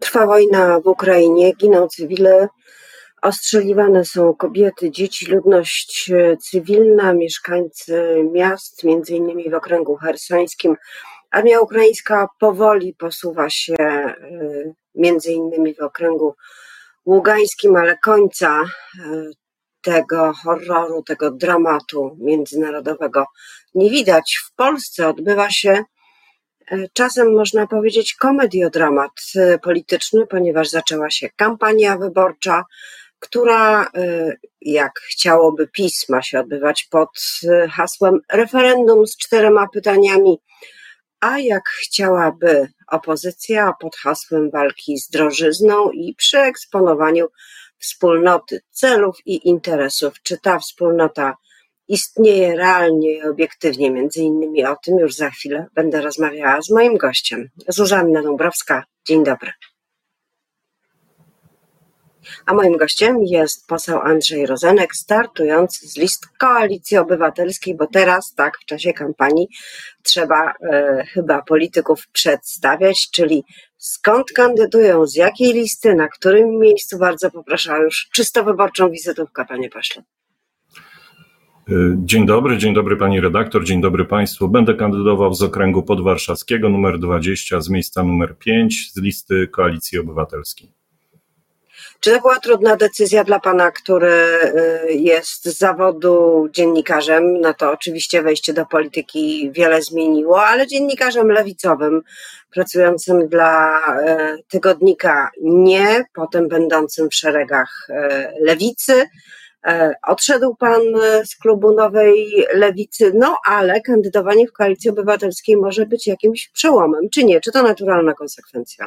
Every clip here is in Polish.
Trwa wojna w Ukrainie, giną cywile, ostrzeliwane są kobiety, dzieci, ludność cywilna, mieszkańcy miast, między innymi w okręgu chersońskim. Armia ukraińska powoli posuwa się między innymi w okręgu ługańskim, ale końca tego horroru, tego dramatu międzynarodowego nie widać. W Polsce odbywa się czasem, można powiedzieć, komediodramat polityczny, ponieważ zaczęła się kampania wyborcza, która, jak chciałoby PiS, ma się odbywać pod hasłem referendum z 4 pytaniami, a jak chciałaby opozycja, pod hasłem walki z drożyzną i przy eksponowaniu wspólnoty celów i interesów. Czy ta wspólnota istnieje realnie i obiektywnie? Między innymi o tym już za chwilę będę rozmawiała z moim gościem, Zuzanna Dąbrowska. Dzień dobry. A moim gościem jest poseł Andrzej Rozenek, startujący z list Koalicji Obywatelskiej, bo teraz, tak, w czasie kampanii trzeba chyba polityków przedstawiać, czyli skąd kandydują, z jakiej listy, na którym miejscu. Bardzo poproszę o już czysto wyborczą wizytówkę, panie pośle. Dzień dobry pani redaktor, dzień dobry państwu. Będę kandydował z okręgu podwarszawskiego numer 20 z miejsca numer 5 z listy Koalicji Obywatelskiej. Czy to była trudna decyzja dla pana, który jest z zawodu dziennikarzem? No to oczywiście wejście do polityki wiele zmieniło, ale dziennikarzem lewicowym, pracującym dla tygodnika Nie, potem będącym w szeregach lewicy. Odszedł pan z klubu Nowej Lewicy, no ale kandydowanie w Koalicji Obywatelskiej może być jakimś przełomem, czy nie? Czy to naturalna konsekwencja?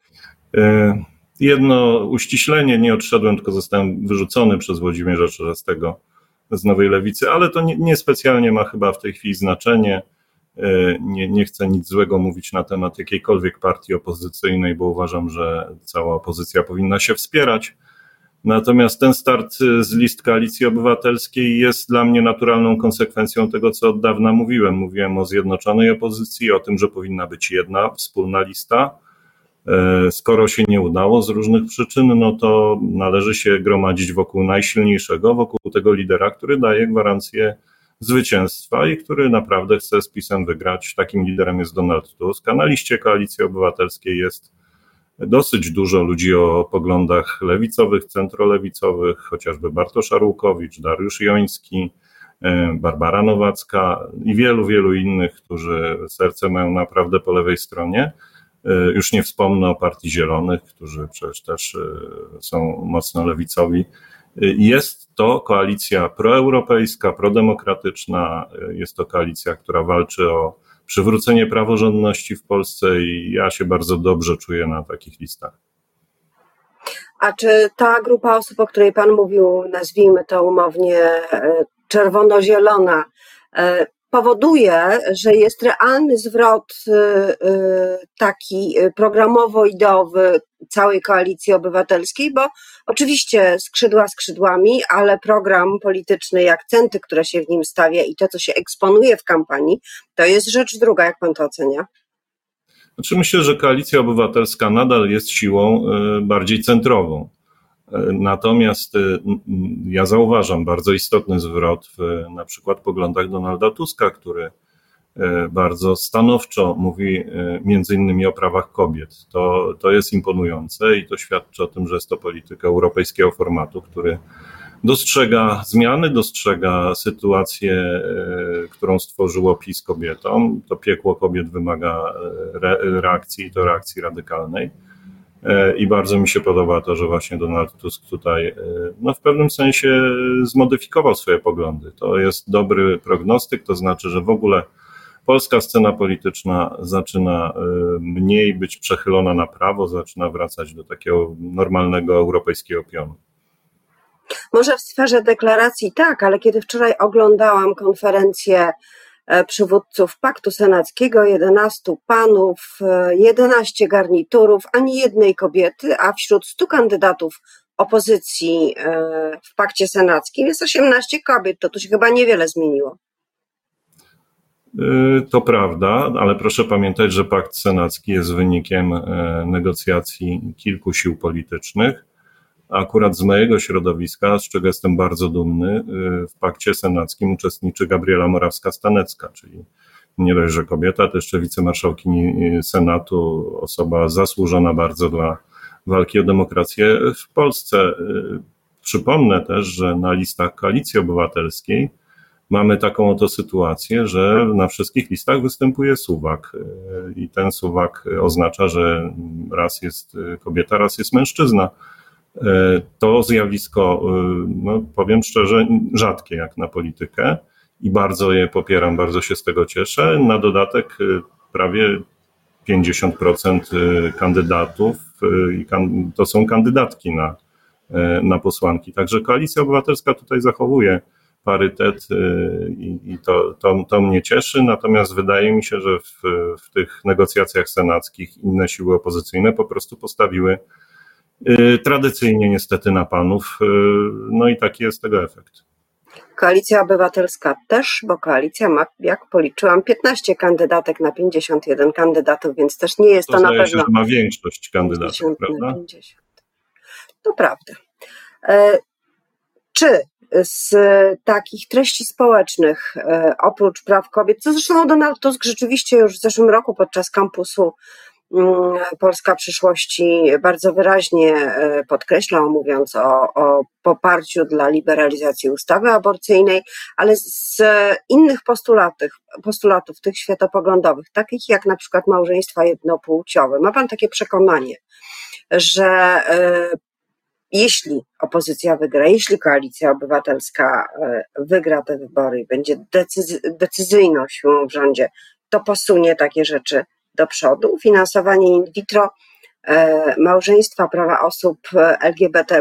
Jedno uściślenie, nie odszedłem, tylko zostałem wyrzucony przez Włodzimierza Czarzastego z Nowej Lewicy, ale to niespecjalnie ma chyba w tej chwili znaczenie. Nie chcę nic złego mówić na temat jakiejkolwiek partii opozycyjnej, bo uważam, że cała opozycja powinna się wspierać. Natomiast ten start z list Koalicji Obywatelskiej jest dla mnie naturalną konsekwencją tego, co od dawna mówiłem. Mówiłem o zjednoczonej opozycji, o tym, że powinna być jedna wspólna lista. Skoro się nie udało z różnych przyczyn, no to należy się gromadzić wokół najsilniejszego, wokół tego lidera, który daje gwarancję zwycięstwa i który naprawdę chce z PiS-em wygrać. Takim liderem jest Donald Tusk, a na liście Koalicji Obywatelskiej jest dosyć dużo ludzi o poglądach lewicowych, centrolewicowych, chociażby Bartosz Arłukowicz, Dariusz Joński, Barbara Nowacka i wielu innych, którzy serce mają naprawdę po lewej stronie. Już nie wspomnę o Partii Zielonych, którzy przecież też są mocno lewicowi. Jest to koalicja proeuropejska, prodemokratyczna, jest to koalicja, która walczy o przywrócenie praworządności w Polsce i ja się bardzo dobrze czuję na takich listach. A czy ta grupa osób, o której pan mówił, nazwijmy to umownie czerwono-zielona, powoduje, że jest realny zwrot taki programowo-ideowy całej Koalicji Obywatelskiej, bo oczywiście skrzydła skrzydłami, ale program polityczny i akcenty, które się w nim stawia i to, co się eksponuje w kampanii, to jest rzecz druga. Jak pan to ocenia? Znaczy myślę, że Koalicja Obywatelska nadal jest siłą bardziej centrową. Natomiast ja zauważam bardzo istotny zwrot w na przykład poglądach Donalda Tuska, który bardzo stanowczo mówi między innymi o prawach kobiet. To jest imponujące i to świadczy o tym, że jest to polityka europejskiego formatu, który dostrzega zmiany, dostrzega sytuację, którą stworzyło PiS kobietom. To piekło kobiet wymaga reakcji i to reakcji radykalnej. I bardzo mi się podoba to, że właśnie Donald Tusk tutaj w pewnym sensie zmodyfikował swoje poglądy. To jest dobry prognostyk, to znaczy, że w ogóle polska scena polityczna zaczyna mniej być przechylona na prawo, zaczyna wracać do takiego normalnego europejskiego pionu. Może w sferze deklaracji tak, ale kiedy wczoraj oglądałam konferencję przywódców Paktu Senackiego, 11 panów, 11 garniturów, ani jednej kobiety, a wśród 100 kandydatów opozycji w Pakcie Senackim jest 18 kobiet, to tu się chyba niewiele zmieniło. To prawda, ale proszę pamiętać, że pakt senacki jest wynikiem negocjacji kilku sił politycznych. Akurat z mojego środowiska, z czego jestem bardzo dumny, w pakcie senackim uczestniczy Gabriela Morawska-Stanecka, czyli nie dość, że kobieta, to jeszcze wicemarszałkini Senatu, osoba zasłużona bardzo dla walki o demokrację w Polsce. Przypomnę też, że na listach Koalicji Obywatelskiej mamy taką oto sytuację, że na wszystkich listach występuje suwak i ten suwak oznacza, że raz jest kobieta, raz jest mężczyzna. To zjawisko, no powiem szczerze, rzadkie jak na politykę i bardzo je popieram, bardzo się z tego cieszę. Na dodatek prawie 50% kandydatów to są kandydatki na posłanki. Także Koalicja Obywatelska tutaj zachowuje parytet i to mnie cieszy, natomiast wydaje mi się, że w tych negocjacjach senackich inne siły opozycyjne po prostu postawiły tradycyjnie niestety na panów, no i taki jest tego efekt. Koalicja Obywatelska też, bo koalicja ma, jak policzyłam, 15 kandydatek na 51 kandydatów, więc też nie jest to na pewno... Się, że ma większość kandydatów, prawda? 50. To prawda. Czy z takich treści społecznych, oprócz praw kobiet, co zresztą Donald Tusk rzeczywiście już w zeszłym roku podczas kampusu Polska przyszłości bardzo wyraźnie podkreślał, mówiąc o poparciu dla liberalizacji ustawy aborcyjnej, ale z innych postulatów tych światopoglądowych, takich jak na przykład małżeństwa jednopłciowe, ma pan takie przekonanie, że jeśli opozycja wygra, jeśli Koalicja Obywatelska wygra te wybory i będzie decyzyjną siłą w rządzie, to posunie takie rzeczy do przodu? Finansowanie in vitro, małżeństwa, prawa osób LGBT+.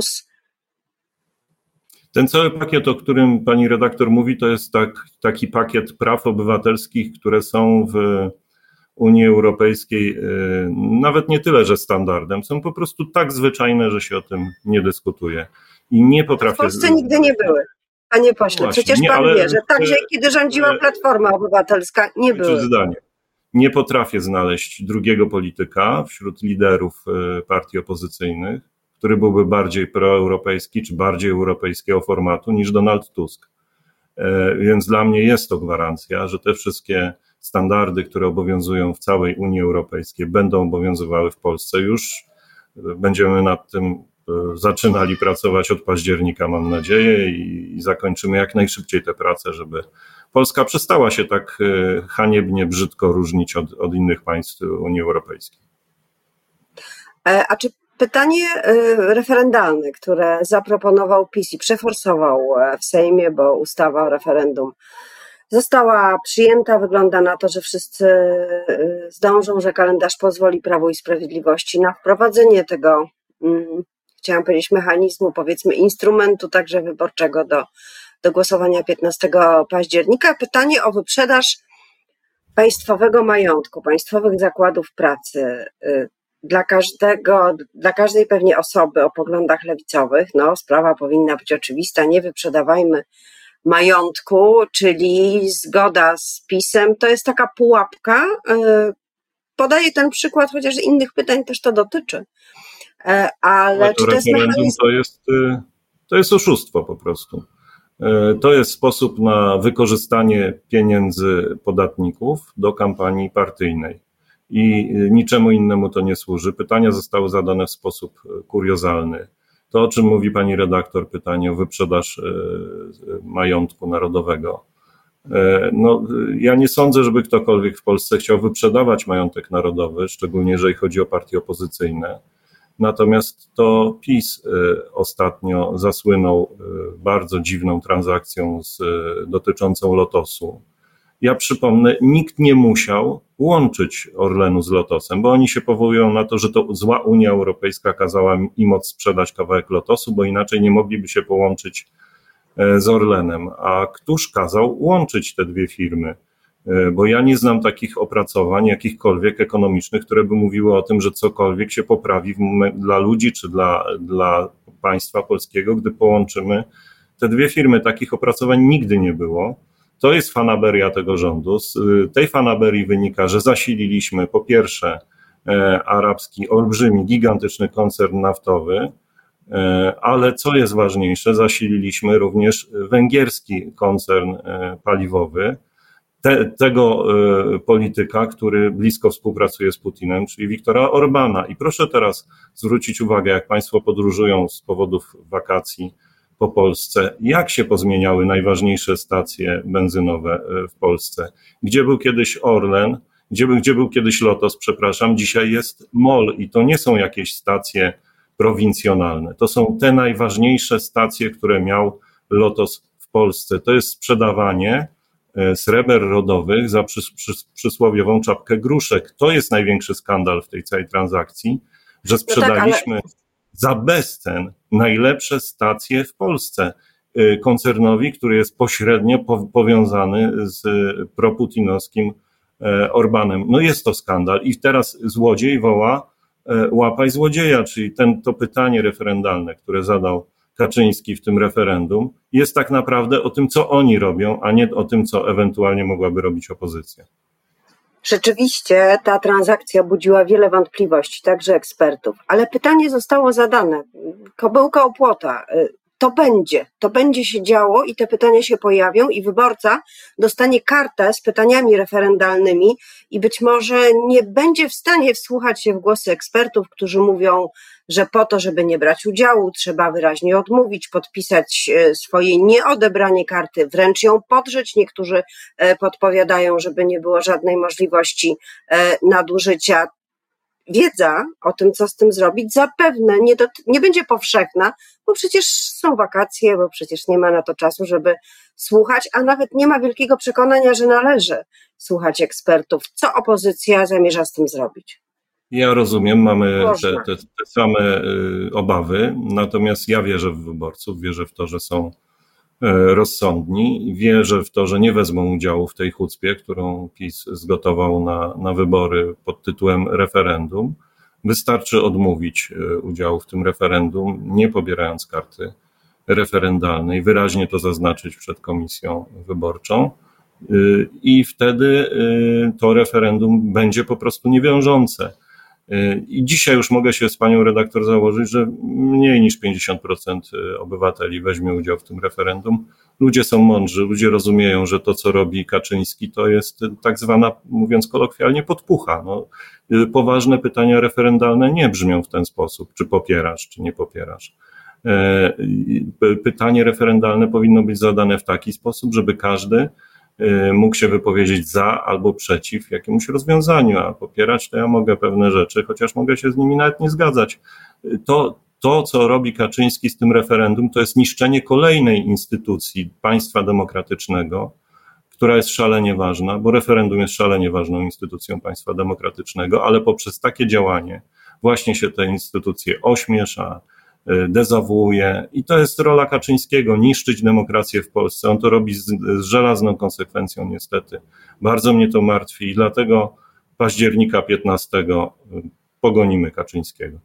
Ten cały pakiet, o którym pani redaktor mówi, to jest taki pakiet praw obywatelskich, które są w Unii Europejskiej nawet nie tyle, że standardem, są po prostu tak zwyczajne, że się o tym nie dyskutuje. I nie potrafię... W Polsce nigdy nie były, panie pośle. Właśnie, przecież pan wie, że także kiedy rządziła Platforma Obywatelska, nie były. Zdanie. Nie potrafię znaleźć drugiego polityka wśród liderów partii opozycyjnych, który byłby bardziej proeuropejski czy bardziej europejskiego formatu niż Donald Tusk. Więc dla mnie jest to gwarancja, że te wszystkie standardy, które obowiązują w całej Unii Europejskiej, będą obowiązywały w Polsce. Już będziemy nad tym zaczynali pracować od października, mam nadzieję, i zakończymy jak najszybciej te prace, żeby Polska przestała się tak haniebnie, brzydko różnić od innych państw Unii Europejskiej. A czy pytanie referendalne, które zaproponował PiS i przeforsował w Sejmie, bo ustawa o referendum została przyjęta, wygląda na to, że wszyscy zdążą, że kalendarz pozwoli Prawu i Sprawiedliwości na wprowadzenie tego, chciałam powiedzieć, mechanizmu, powiedzmy instrumentu także wyborczego do głosowania 15 października. Pytanie o wyprzedaż państwowego majątku, państwowych zakładów pracy dla każdej pewnie osoby o poglądach lewicowych. No, sprawa powinna być oczywista, nie wyprzedawajmy majątku, czyli zgoda z PiS-em, to jest taka pułapka. Podaję ten przykład, chociaż innych pytań też to dotyczy. Ale czy to jest mechanizm? To jest oszustwo po prostu. To jest sposób na wykorzystanie pieniędzy podatników do kampanii partyjnej i niczemu innemu to nie służy. Pytania zostały zadane w sposób kuriozalny. To, o czym mówi pani redaktor, pytanie o wyprzedaż majątku narodowego. No, ja nie sądzę, żeby ktokolwiek w Polsce chciał wyprzedawać majątek narodowy, szczególnie jeżeli chodzi o partie opozycyjne. Natomiast to PiS ostatnio zasłynął bardzo dziwną transakcją dotyczącą Lotosu. Ja przypomnę, nikt nie musiał łączyć Orlenu z Lotosem, bo oni się powołują na to, że to zła Unia Europejska kazała im odsprzedać kawałek Lotosu, bo inaczej nie mogliby się połączyć z Orlenem. A któż kazał łączyć te dwie firmy? Bo ja nie znam takich opracowań jakichkolwiek ekonomicznych, które by mówiły o tym, że cokolwiek się poprawi dla ludzi czy dla państwa polskiego, gdy połączymy te dwie firmy. Takich opracowań nigdy nie było. To jest fanaberia tego rządu. Z tej fanaberii wynika, że zasililiśmy po pierwsze arabski, olbrzymi, gigantyczny koncern naftowy, ale co jest ważniejsze, zasililiśmy również węgierski koncern paliwowy, tego polityka, który blisko współpracuje z Putinem, czyli Viktora Orbana. I proszę teraz zwrócić uwagę, jak Państwo podróżują z powodów wakacji po Polsce, jak się pozmieniały najważniejsze stacje benzynowe w Polsce. Gdzie był kiedyś Orlen, gdzie był kiedyś Lotos, przepraszam, dzisiaj jest MOL i to nie są jakieś stacje prowincjonalne. To są te najważniejsze stacje, które miał Lotos w Polsce. To jest sprzedawanie sreber rodowych za przysłowiową czapkę gruszek. To jest największy skandal w tej całej transakcji, że sprzedaliśmy za bezcen najlepsze stacje w Polsce koncernowi, który jest pośrednio powiązany z proputinowskim Orbanem. No jest to skandal i teraz złodziej woła łapaj złodzieja, czyli to pytanie referendalne, które zadał Kaczyński w tym referendum, jest tak naprawdę o tym, co oni robią, a nie o tym, co ewentualnie mogłaby robić opozycja. Rzeczywiście ta transakcja budziła wiele wątpliwości, także ekspertów, ale pytanie zostało zadane. Kobyłka o płota. To będzie się działo i te pytania się pojawią i wyborca dostanie kartę z pytaniami referendalnymi i być może nie będzie w stanie wsłuchać się w głosy ekspertów, którzy mówią, że po to, żeby nie brać udziału, trzeba wyraźnie odmówić, podpisać swoje nieodebranie karty, wręcz ją podrzeć. Niektórzy podpowiadają, żeby nie było żadnej możliwości nadużycia. Wiedza o tym, co z tym zrobić, zapewne nie będzie powszechna, bo przecież są wakacje, bo przecież nie ma na to czasu, żeby słuchać, a nawet nie ma wielkiego przekonania, że należy słuchać ekspertów. Co opozycja zamierza z tym zrobić? Ja rozumiem, mamy te same obawy, natomiast ja wierzę w wyborców, wierzę w to, że są rozsądni, wierzę w to, że nie wezmą udziału w tej hucpie, którą PiS zgotował na wybory pod tytułem referendum. Wystarczy odmówić udziału w tym referendum, nie pobierając karty referendalnej, wyraźnie to zaznaczyć przed komisją wyborczą i wtedy to referendum będzie po prostu niewiążące. I dzisiaj już mogę się z panią redaktor założyć, że mniej niż 50% obywateli weźmie udział w tym referendum. Ludzie są mądrzy, ludzie rozumieją, że to, co robi Kaczyński, to jest tak zwana, mówiąc kolokwialnie, podpucha. No, poważne pytania referendalne nie brzmią w ten sposób, czy popierasz, czy nie popierasz. Pytanie referendalne powinno być zadane w taki sposób, żeby każdy mógł się wypowiedzieć za albo przeciw jakiemuś rozwiązaniu, a popierać to ja mogę pewne rzeczy, chociaż mogę się z nimi nawet nie zgadzać. To, co robi Kaczyński z tym referendum, to jest niszczenie kolejnej instytucji państwa demokratycznego, która jest szalenie ważna, bo referendum jest szalenie ważną instytucją państwa demokratycznego, ale poprzez takie działanie właśnie się te instytucje ośmiesza, dezawuuje i to jest rola Kaczyńskiego, niszczyć demokrację w Polsce. On to robi z żelazną konsekwencją niestety. Bardzo mnie to martwi i dlatego października 15 pogonimy Kaczyńskiego.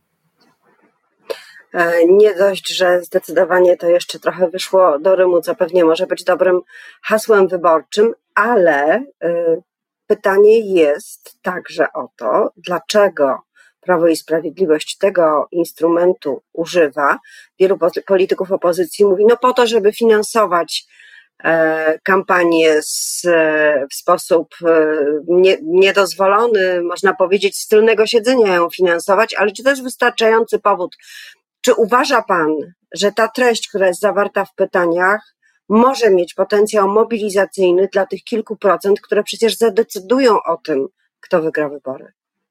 Nie dość, że zdecydowanie to jeszcze trochę wyszło do Rymu, co pewnie może być dobrym hasłem wyborczym, ale pytanie jest także o to, dlaczego Prawo i Sprawiedliwość tego instrumentu używa. Wielu polityków opozycji mówi, no po to, żeby finansować kampanię w sposób niedozwolony, można powiedzieć, z tylnego siedzenia ją finansować, ale czy to jest wystarczający powód? Czy uważa pan, że ta treść, która jest zawarta w pytaniach, może mieć potencjał mobilizacyjny dla tych kilku procent, które przecież zadecydują o tym, kto wygra wybory?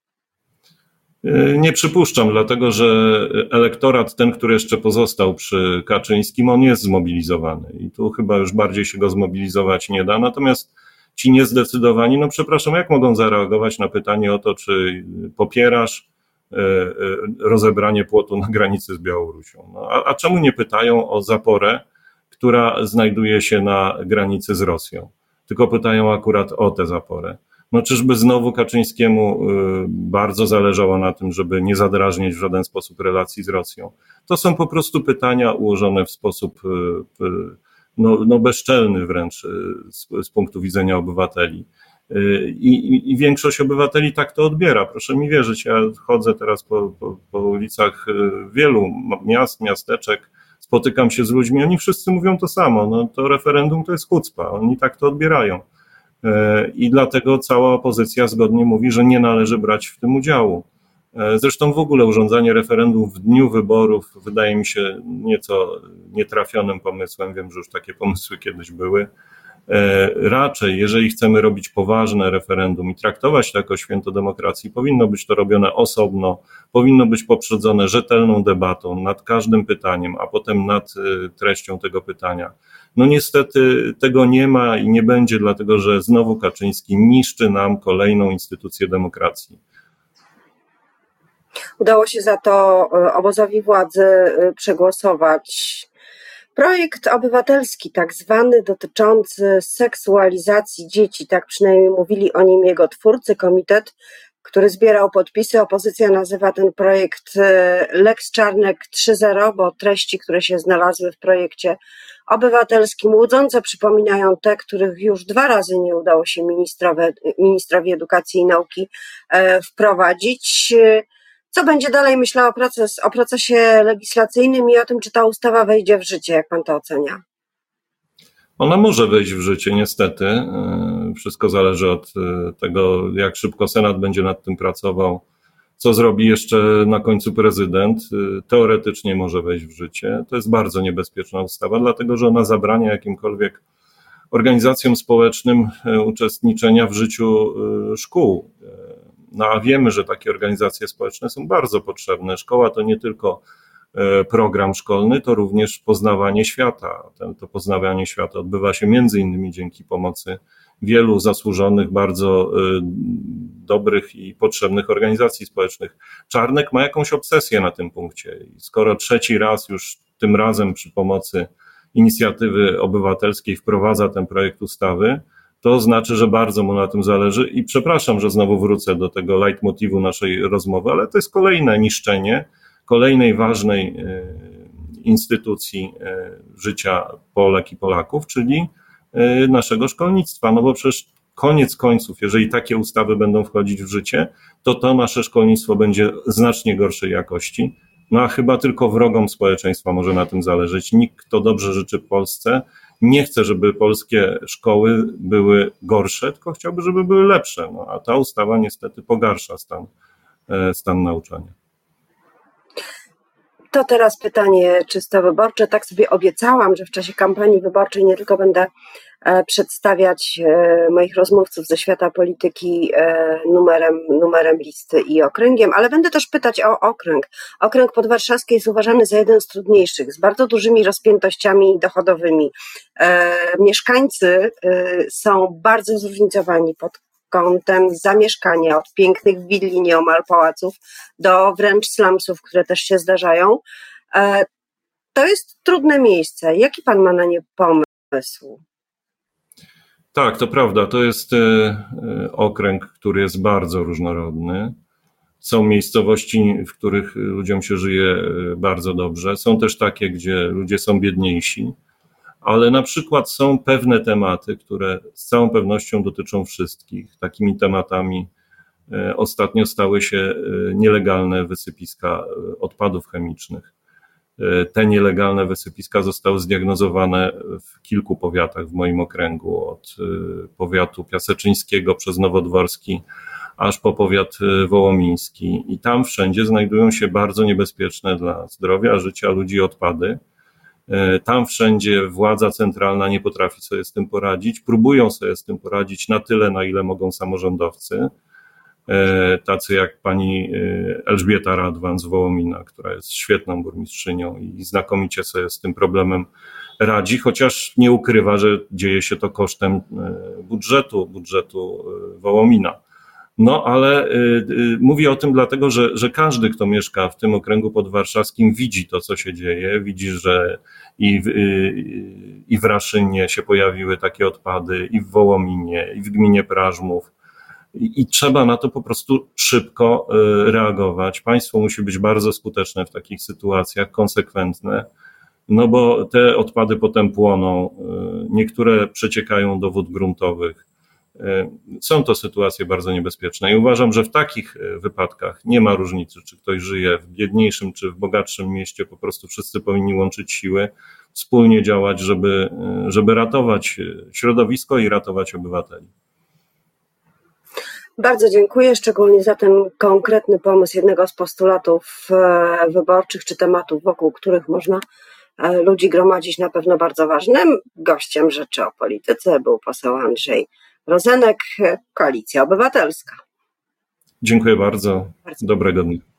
Nie przypuszczam, dlatego że elektorat, ten, który jeszcze pozostał przy Kaczyńskim, on jest zmobilizowany i tu chyba już bardziej się go zmobilizować nie da. Natomiast ci niezdecydowani, no przepraszam, jak mogą zareagować na pytanie o to, czy popierasz rozebranie płotu na granicy z Białorusią? No, a czemu nie pytają o zaporę, która znajduje się na granicy z Rosją? Tylko pytają akurat o tę zaporę. No czyżby znowu Kaczyńskiemu bardzo zależało na tym, żeby nie zadrażnić w żaden sposób relacji z Rosją? To są po prostu pytania ułożone w sposób bezczelny wręcz z punktu widzenia obywateli. I większość obywateli tak to odbiera. Proszę mi wierzyć, ja chodzę teraz po ulicach wielu miast, miasteczek, spotykam się z ludźmi, oni wszyscy mówią to samo, to referendum to jest chucpa, oni tak to odbierają. I dlatego cała opozycja zgodnie mówi, że nie należy brać w tym udziału. Zresztą w ogóle urządzanie referendum w dniu wyborów wydaje mi się nieco nietrafionym pomysłem, wiem, że już takie pomysły kiedyś były. Raczej, jeżeli chcemy robić poważne referendum i traktować to jako święto demokracji, powinno być to robione osobno, powinno być poprzedzone rzetelną debatą nad każdym pytaniem, a potem nad treścią tego pytania. Niestety tego nie ma i nie będzie, dlatego że znowu Kaczyński niszczy nam kolejną instytucję demokracji. Udało się za to obozowi władzy przegłosować projekt obywatelski, tak zwany, dotyczący seksualizacji dzieci. Tak przynajmniej mówili o nim jego twórcy, komitet, który zbierał podpisy. Opozycja nazywa ten projekt Lex Czarnek 3.0, bo treści, które się znalazły w projekcie obywatelskim, łudząco przypominają te, których już 2 razy nie udało się ministrowi edukacji i nauki wprowadzić. Co będzie dalej? Myślę o procesie legislacyjnym i o tym, czy ta ustawa wejdzie w życie. Jak pan to ocenia? Ona może wejść w życie, niestety. Wszystko zależy od tego, jak szybko Senat będzie nad tym pracował, co zrobi jeszcze na końcu prezydent. Teoretycznie może wejść w życie. To jest bardzo niebezpieczna ustawa, dlatego że ona zabrania jakimkolwiek organizacjom społecznym uczestniczenia w życiu szkół. A wiemy, że takie organizacje społeczne są bardzo potrzebne. Szkoła to nie tylko program szkolny, to również poznawanie świata. To poznawanie świata odbywa się między innymi dzięki pomocy wielu zasłużonych, bardzo dobrych i potrzebnych organizacji społecznych. Czarnek ma jakąś obsesję na tym punkcie i skoro 3. raz już tym razem przy pomocy inicjatywy obywatelskiej wprowadza ten projekt ustawy, to znaczy, że bardzo mu na tym zależy i przepraszam, że znowu wrócę do tego leitmotivu naszej rozmowy, ale to jest kolejne niszczenie kolejnej ważnej instytucji życia Polek i Polaków, czyli naszego szkolnictwa, bo przecież koniec końców, jeżeli takie ustawy będą wchodzić w życie, to nasze szkolnictwo będzie znacznie gorszej jakości, a chyba tylko wrogom społeczeństwa może na tym zależeć. Nikt, kto dobrze życzy Polsce, nie chce, żeby polskie szkoły były gorsze, tylko chciałby, żeby były lepsze. A ta ustawa niestety pogarsza stan nauczania. To teraz pytanie czysto wyborcze. Tak sobie obiecałam, że w czasie kampanii wyborczej nie tylko będę przedstawiać moich rozmówców ze świata polityki numerem listy i okręgiem, ale będę też pytać o okręg. Okręg podwarszawski jest uważany za jeden z trudniejszych, z bardzo dużymi rozpiętościami dochodowymi. Mieszkańcy są bardzo zróżnicowani pod kątem zamieszkania, od pięknych willi, nieomal pałaców, do wręcz slumsów, które też się zdarzają. To jest trudne miejsce. Jaki pan ma na nie pomysł? Tak, to prawda. To jest okręg, który jest bardzo różnorodny. Są miejscowości, w których ludziom się żyje bardzo dobrze. Są też takie, gdzie ludzie są biedniejsi. Ale na przykład są pewne tematy, które z całą pewnością dotyczą wszystkich. Takimi tematami ostatnio stały się nielegalne wysypiska odpadów chemicznych. Te nielegalne wysypiska zostały zdiagnozowane w kilku powiatach w moim okręgu, od powiatu piaseczyńskiego przez Nowodworski aż po powiat wołomiński. I tam wszędzie znajdują się bardzo niebezpieczne dla zdrowia, życia ludzi odpady. Tam wszędzie władza centralna nie potrafi sobie z tym poradzić. Próbują sobie z tym poradzić na tyle, na ile mogą samorządowcy, tacy jak pani Elżbieta Radwan z Wołomina, która jest świetną burmistrzynią i znakomicie sobie z tym problemem radzi, chociaż nie ukrywa, że dzieje się to kosztem budżetu Wołomina. Ale mówię o tym dlatego, że każdy, kto mieszka w tym okręgu podwarszawskim, widzi to, co się dzieje, widzi, że i w Raszynie się pojawiły takie odpady, i w Wołominie, i w gminie Prażmów. I trzeba na to po prostu szybko reagować. Państwo musi być bardzo skuteczne w takich sytuacjach, konsekwentne. no bo te odpady potem płoną, niektóre przeciekają do wód gruntowych. Są to sytuacje bardzo niebezpieczne i uważam, że w takich wypadkach nie ma różnicy, czy ktoś żyje w biedniejszym, czy w bogatszym mieście, po prostu wszyscy powinni łączyć siły, wspólnie działać, żeby ratować środowisko i ratować obywateli. Bardzo dziękuję, szczególnie za ten konkretny pomysł jednego z postulatów wyborczych czy tematów, wokół których można ludzi gromadzić, na pewno bardzo ważnym. Gościem Rzeczy o Polityce był poseł Andrzej Rozenek, Koalicja Obywatelska. Dziękuję bardzo. Dobrego dnia.